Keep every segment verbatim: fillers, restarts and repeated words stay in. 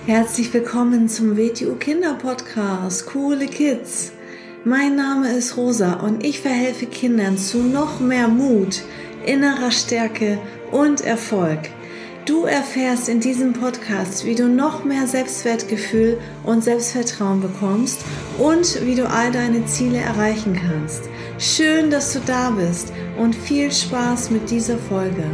Herzlich willkommen zum W T U Kinder Podcast, Coole Kids. Mein Name ist Rosa und ich verhelfe Kindern zu noch mehr Mut, innerer Stärke und Erfolg. Du erfährst in diesem Podcast, wie du noch mehr Selbstwertgefühl und Selbstvertrauen bekommst und wie du all deine Ziele erreichen kannst. Schön, dass du da bist und viel Spaß mit dieser Folge.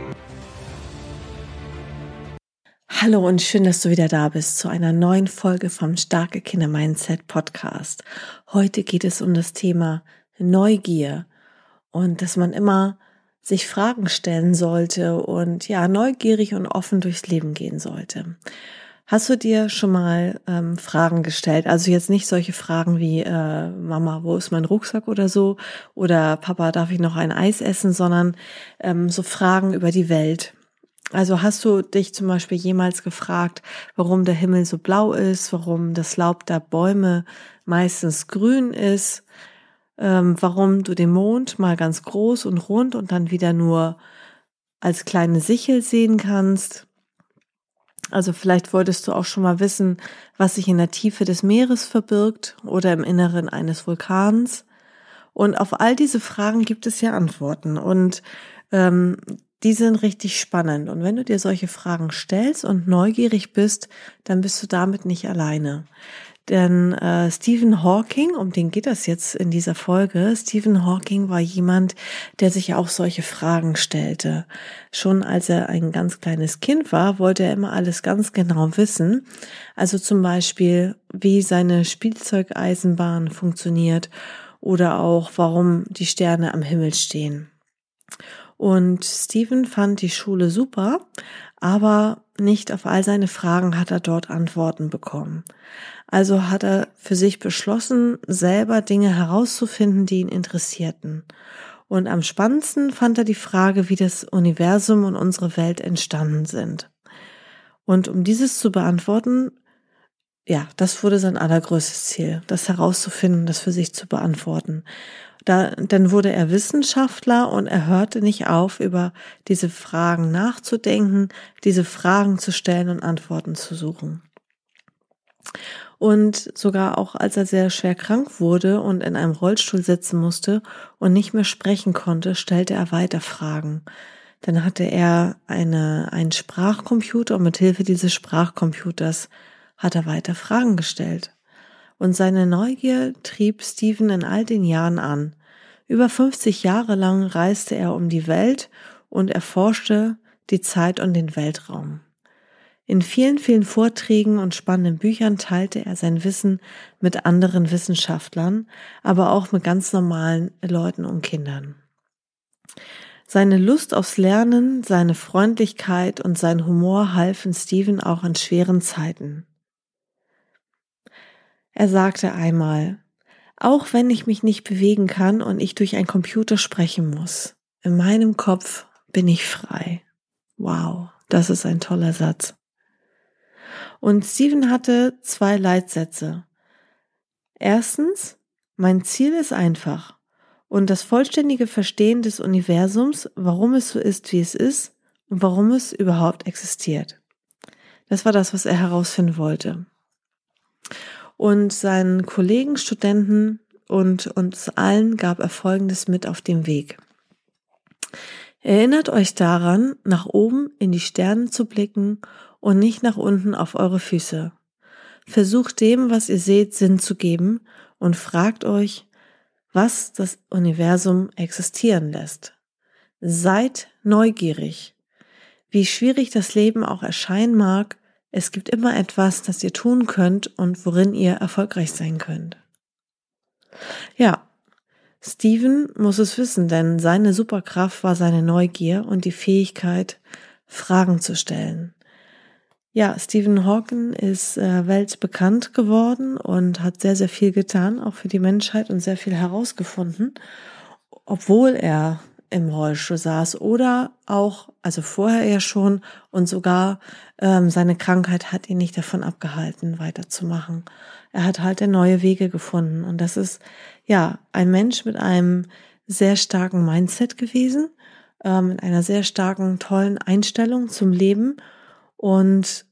Hallo und schön, dass du wieder da bist zu einer neuen Folge vom Starke Kinder Mindset Podcast. Heute geht es um das Thema Neugier und dass man immer sich Fragen stellen sollte und ja, neugierig und offen durchs Leben gehen sollte. Hast du dir schon mal ähm, Fragen gestellt? Also jetzt nicht solche Fragen wie äh, Mama, wo ist mein Rucksack oder so, oder Papa, darf ich noch ein Eis essen, sondern ähm, so Fragen über die Welt. Also hast du dich zum Beispiel jemals gefragt, warum der Himmel so blau ist, warum das Laub der Bäume meistens grün ist, ähm, warum du den Mond mal ganz groß und rund und dann wieder nur als kleine Sichel sehen kannst? Also vielleicht wolltest du auch schon mal wissen, was sich in der Tiefe des Meeres verbirgt oder im Inneren eines Vulkans. Und auf all diese Fragen gibt es ja Antworten und ähm, die sind richtig spannend. Und wenn du dir solche Fragen stellst und neugierig bist, dann bist du damit nicht alleine. Denn äh, Stephen Hawking, um den geht das jetzt in dieser Folge, Stephen Hawking war jemand, der sich auch solche Fragen stellte. Schon als er ein ganz kleines Kind war, wollte er immer alles ganz genau wissen. Also zum Beispiel, wie seine Spielzeugeisenbahn funktioniert oder auch, warum die Sterne am Himmel stehen. Und Stephen fand die Schule super, aber nicht auf all seine Fragen hat er dort Antworten bekommen. Also hat er für sich beschlossen, selber Dinge herauszufinden, die ihn interessierten. Und am spannendsten fand er die Frage, wie das Universum und unsere Welt entstanden sind. Und um dieses zu beantworten, ja, das wurde sein allergrößtes Ziel, das herauszufinden, das für sich zu beantworten. Da, dann wurde er Wissenschaftler und er hörte nicht auf, über diese Fragen nachzudenken, diese Fragen zu stellen und Antworten zu suchen. Und sogar auch als er sehr schwer krank wurde und in einem Rollstuhl sitzen musste und nicht mehr sprechen konnte, stellte er weiter Fragen. Dann hatte er eine, einen Sprachcomputer und mit Hilfe dieses Sprachcomputers hat er weiter Fragen gestellt. Und seine Neugier trieb Stephen in all den Jahren an. Über fünfzig Jahre lang reiste er um die Welt und erforschte die Zeit und den Weltraum. In vielen, vielen Vorträgen und spannenden Büchern teilte er sein Wissen mit anderen Wissenschaftlern, aber auch mit ganz normalen Leuten und Kindern. Seine Lust aufs Lernen, seine Freundlichkeit und sein Humor halfen Stephen auch in schweren Zeiten. Er sagte einmal: Auch wenn ich mich nicht bewegen kann und ich durch einen Computer sprechen muss, in meinem Kopf bin ich frei. Wow, das ist ein toller Satz. Und Stephen hatte zwei Leitsätze. Erstens, mein Ziel ist einfach und das vollständige Verstehen des Universums, warum es so ist, wie es ist und warum es überhaupt existiert. Das war das, was er herausfinden wollte. Und seinen Kollegen, Studenten und uns allen gab er Folgendes mit auf den Weg. Erinnert euch daran, nach oben in die Sterne zu blicken und nicht nach unten auf eure Füße. Versucht dem, was ihr seht, Sinn zu geben und fragt euch, was das Universum existieren lässt. Seid neugierig. Wie schwierig das Leben auch erscheinen mag, es gibt immer etwas, das ihr tun könnt und worin ihr erfolgreich sein könnt. Ja, Stephen muss es wissen, denn seine Superkraft war seine Neugier und die Fähigkeit, Fragen zu stellen. Ja, Stephen Hawking ist äh, weltbekannt geworden und hat sehr, sehr viel getan, auch für die Menschheit und sehr viel herausgefunden, obwohl er im Rollstuhl saß oder auch, also vorher ja schon und sogar ähm, seine Krankheit hat ihn nicht davon abgehalten, weiterzumachen. Er hat halt neue Wege gefunden und das ist ja ein Mensch mit einem sehr starken Mindset gewesen, ähm, mit einer sehr starken, tollen Einstellung zum Leben und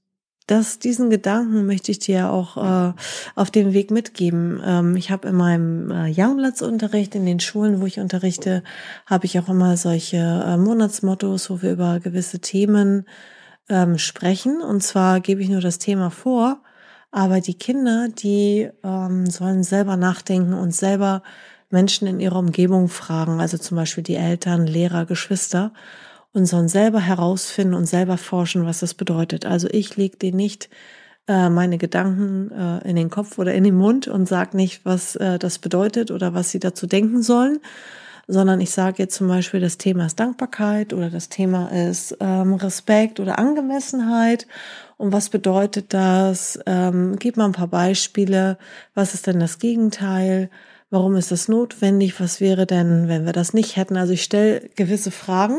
das, diesen Gedanken möchte ich dir auch äh, auf dem Weg mitgeben. Ähm, ich habe in meinem äh, Jahrhundertsunterricht, in den Schulen, wo ich unterrichte, habe ich auch immer solche äh, Monatsmottos, wo wir über gewisse Themen ähm, sprechen. Und zwar gebe ich nur das Thema vor, aber die Kinder, die ähm, sollen selber nachdenken und selber Menschen in ihrer Umgebung fragen, also zum Beispiel die Eltern, Lehrer, Geschwister, und sollen selber herausfinden und selber forschen, was das bedeutet. Also ich lege denen nicht äh, meine Gedanken äh, in den Kopf oder in den Mund und sage nicht, was äh, das bedeutet oder was sie dazu denken sollen, sondern ich sage jetzt zum Beispiel, das Thema ist Dankbarkeit oder das Thema ist ähm, Respekt oder Angemessenheit. Und was bedeutet das? Ähm, gib mal ein paar Beispiele. Was ist denn das Gegenteil? Warum ist das notwendig? Was wäre denn, wenn wir das nicht hätten? Also ich stelle gewisse Fragen.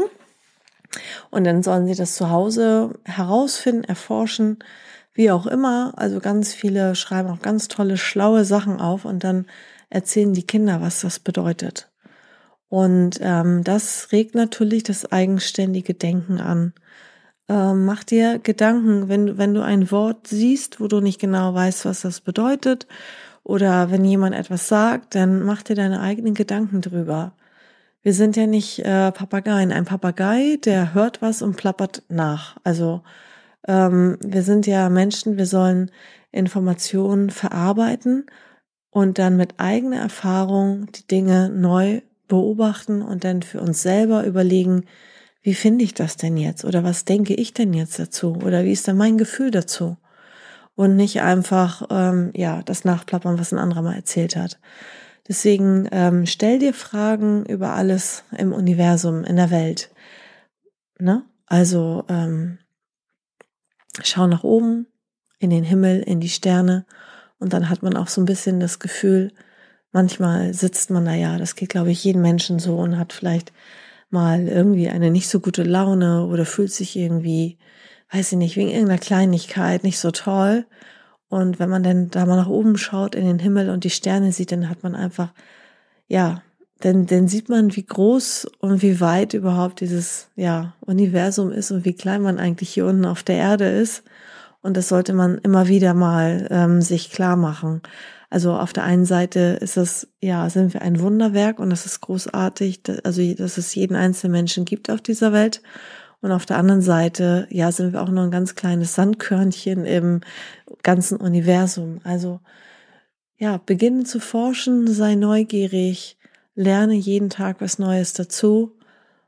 Und dann sollen sie das zu Hause herausfinden, erforschen, wie auch immer. Also ganz viele schreiben auch ganz tolle, schlaue Sachen auf und dann erzählen die Kinder, was das bedeutet. Und ähm, das regt natürlich das eigenständige Denken an. Ähm, mach dir Gedanken, wenn, wenn du ein Wort siehst, wo du nicht genau weißt, was das bedeutet, oder wenn jemand etwas sagt, dann mach dir deine eigenen Gedanken drüber. Wir sind ja nicht äh, Papageien. Ein Papagei, der hört was und plappert nach. Also ähm, wir sind ja Menschen, wir sollen Informationen verarbeiten und dann mit eigener Erfahrung die Dinge neu beobachten und dann für uns selber überlegen, wie finde ich das denn jetzt? Oder was denke ich denn jetzt dazu? Oder wie ist denn mein Gefühl dazu? Und nicht einfach ähm, ja das nachplappern, was ein anderer mal erzählt hat. Deswegen ähm, stell dir Fragen über alles im Universum, in der Welt. Ne? Also ähm, schau nach oben, in den Himmel, in die Sterne und dann hat man auch so ein bisschen das Gefühl, manchmal sitzt man da ja, das geht glaube ich jedem Menschen so und hat vielleicht mal irgendwie eine nicht so gute Laune oder fühlt sich irgendwie, weiß ich nicht, wegen irgendeiner Kleinigkeit nicht so toll. Und wenn man dann da mal nach oben schaut in den Himmel und die Sterne sieht, dann hat man einfach, ja, dann, dann sieht man, wie groß und wie weit überhaupt dieses, ja, Universum ist und wie klein man eigentlich hier unten auf der Erde ist. Und das sollte man immer wieder mal ähm, sich klar machen. Also auf der einen Seite ist es, ja, sind wir ein Wunderwerk und das ist großartig, also dass es jeden einzelnen Menschen gibt auf dieser Welt. Und auf der anderen Seite, ja, sind wir auch nur ein ganz kleines Sandkörnchen im ganzen Universum. Also, ja, beginne zu forschen, sei neugierig, lerne jeden Tag was Neues dazu.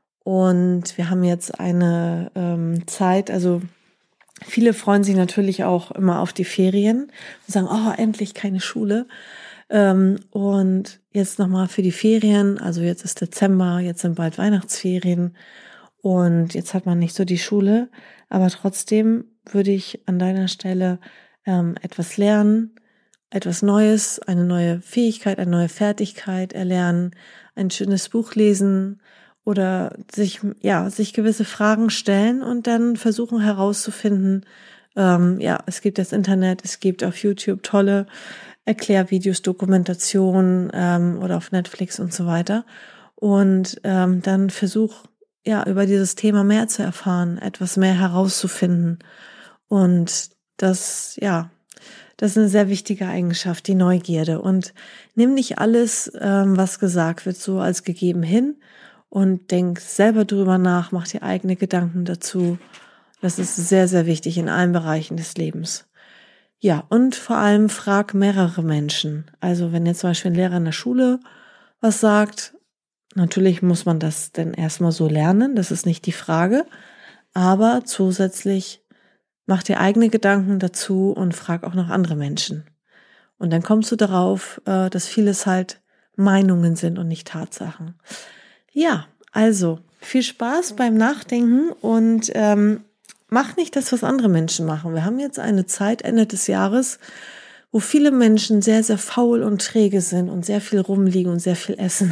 Und wir haben jetzt eine ähm, Zeit, also viele freuen sich natürlich auch immer auf die Ferien und sagen, oh, endlich keine Schule. Ähm, und jetzt nochmal für die Ferien, also jetzt ist Dezember, jetzt sind bald Weihnachtsferien. Und jetzt hat man nicht so die Schule, aber trotzdem würde ich an deiner Stelle ähm, etwas lernen, etwas Neues, eine neue Fähigkeit, eine neue Fertigkeit erlernen, ein schönes Buch lesen oder sich, ja, sich gewisse Fragen stellen und dann versuchen herauszufinden, ähm, ja, es gibt das Internet, es gibt auf YouTube tolle Erklärvideos, Dokumentationen ähm, oder auf Netflix und so weiter. Und ähm, dann versuch, ja, über dieses Thema mehr zu erfahren, etwas mehr herauszufinden. Und das, ja, das ist eine sehr wichtige Eigenschaft, die Neugierde. Und nimm nicht alles, ähm, was gesagt wird, so als gegeben hin und denk selber drüber nach, mach dir eigene Gedanken dazu. Das ist sehr, sehr wichtig in allen Bereichen des Lebens. Ja, und vor allem frag mehrere Menschen. Also wenn jetzt zum Beispiel ein Lehrer in der Schule was sagt, natürlich muss man das dann erstmal so lernen, das ist nicht die Frage, aber zusätzlich mach dir eigene Gedanken dazu und frag auch noch andere Menschen. Und dann kommst du darauf, dass vieles halt Meinungen sind und nicht Tatsachen. Ja, also viel Spaß beim Nachdenken und ähm, mach nicht das, was andere Menschen machen. Wir haben jetzt eine Zeit, Ende des Jahres, wo viele Menschen sehr, sehr faul und träge sind und sehr viel rumliegen und sehr viel essen.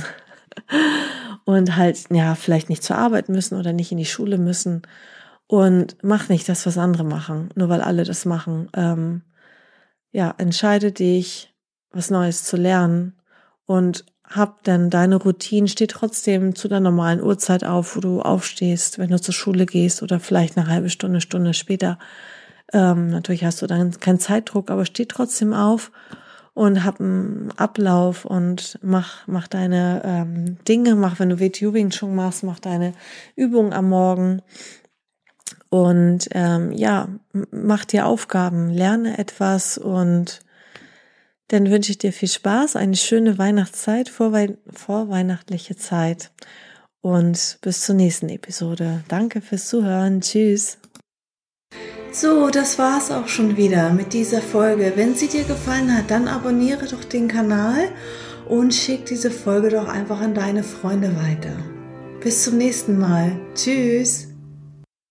Und halt, ja, vielleicht nicht zur Arbeit müssen oder nicht in die Schule müssen. Und mach nicht das, was andere machen, nur weil alle das machen. Ähm, ja, entscheide dich, was Neues zu lernen und hab dann deine Routine, steh trotzdem zu der normalen Uhrzeit auf, wo du aufstehst, wenn du zur Schule gehst oder vielleicht eine halbe Stunde, Stunde später. Ähm, natürlich hast du dann keinen Zeitdruck, aber steh trotzdem auf und hab einen Ablauf und mach, mach deine ähm, Dinge, mach, wenn du W T U Wing Chun machst, mach deine Übung am Morgen und ähm, ja, mach dir Aufgaben, lerne etwas und dann wünsche ich dir viel Spaß, eine schöne Weihnachtszeit, vorwei- vorweihnachtliche Zeit und bis zur nächsten Episode. Danke fürs Zuhören. Tschüss. So, das war's auch schon wieder mit dieser Folge. Wenn sie dir gefallen hat, dann abonniere doch den Kanal und schick diese Folge doch einfach an deine Freunde weiter. Bis zum nächsten Mal. Tschüss.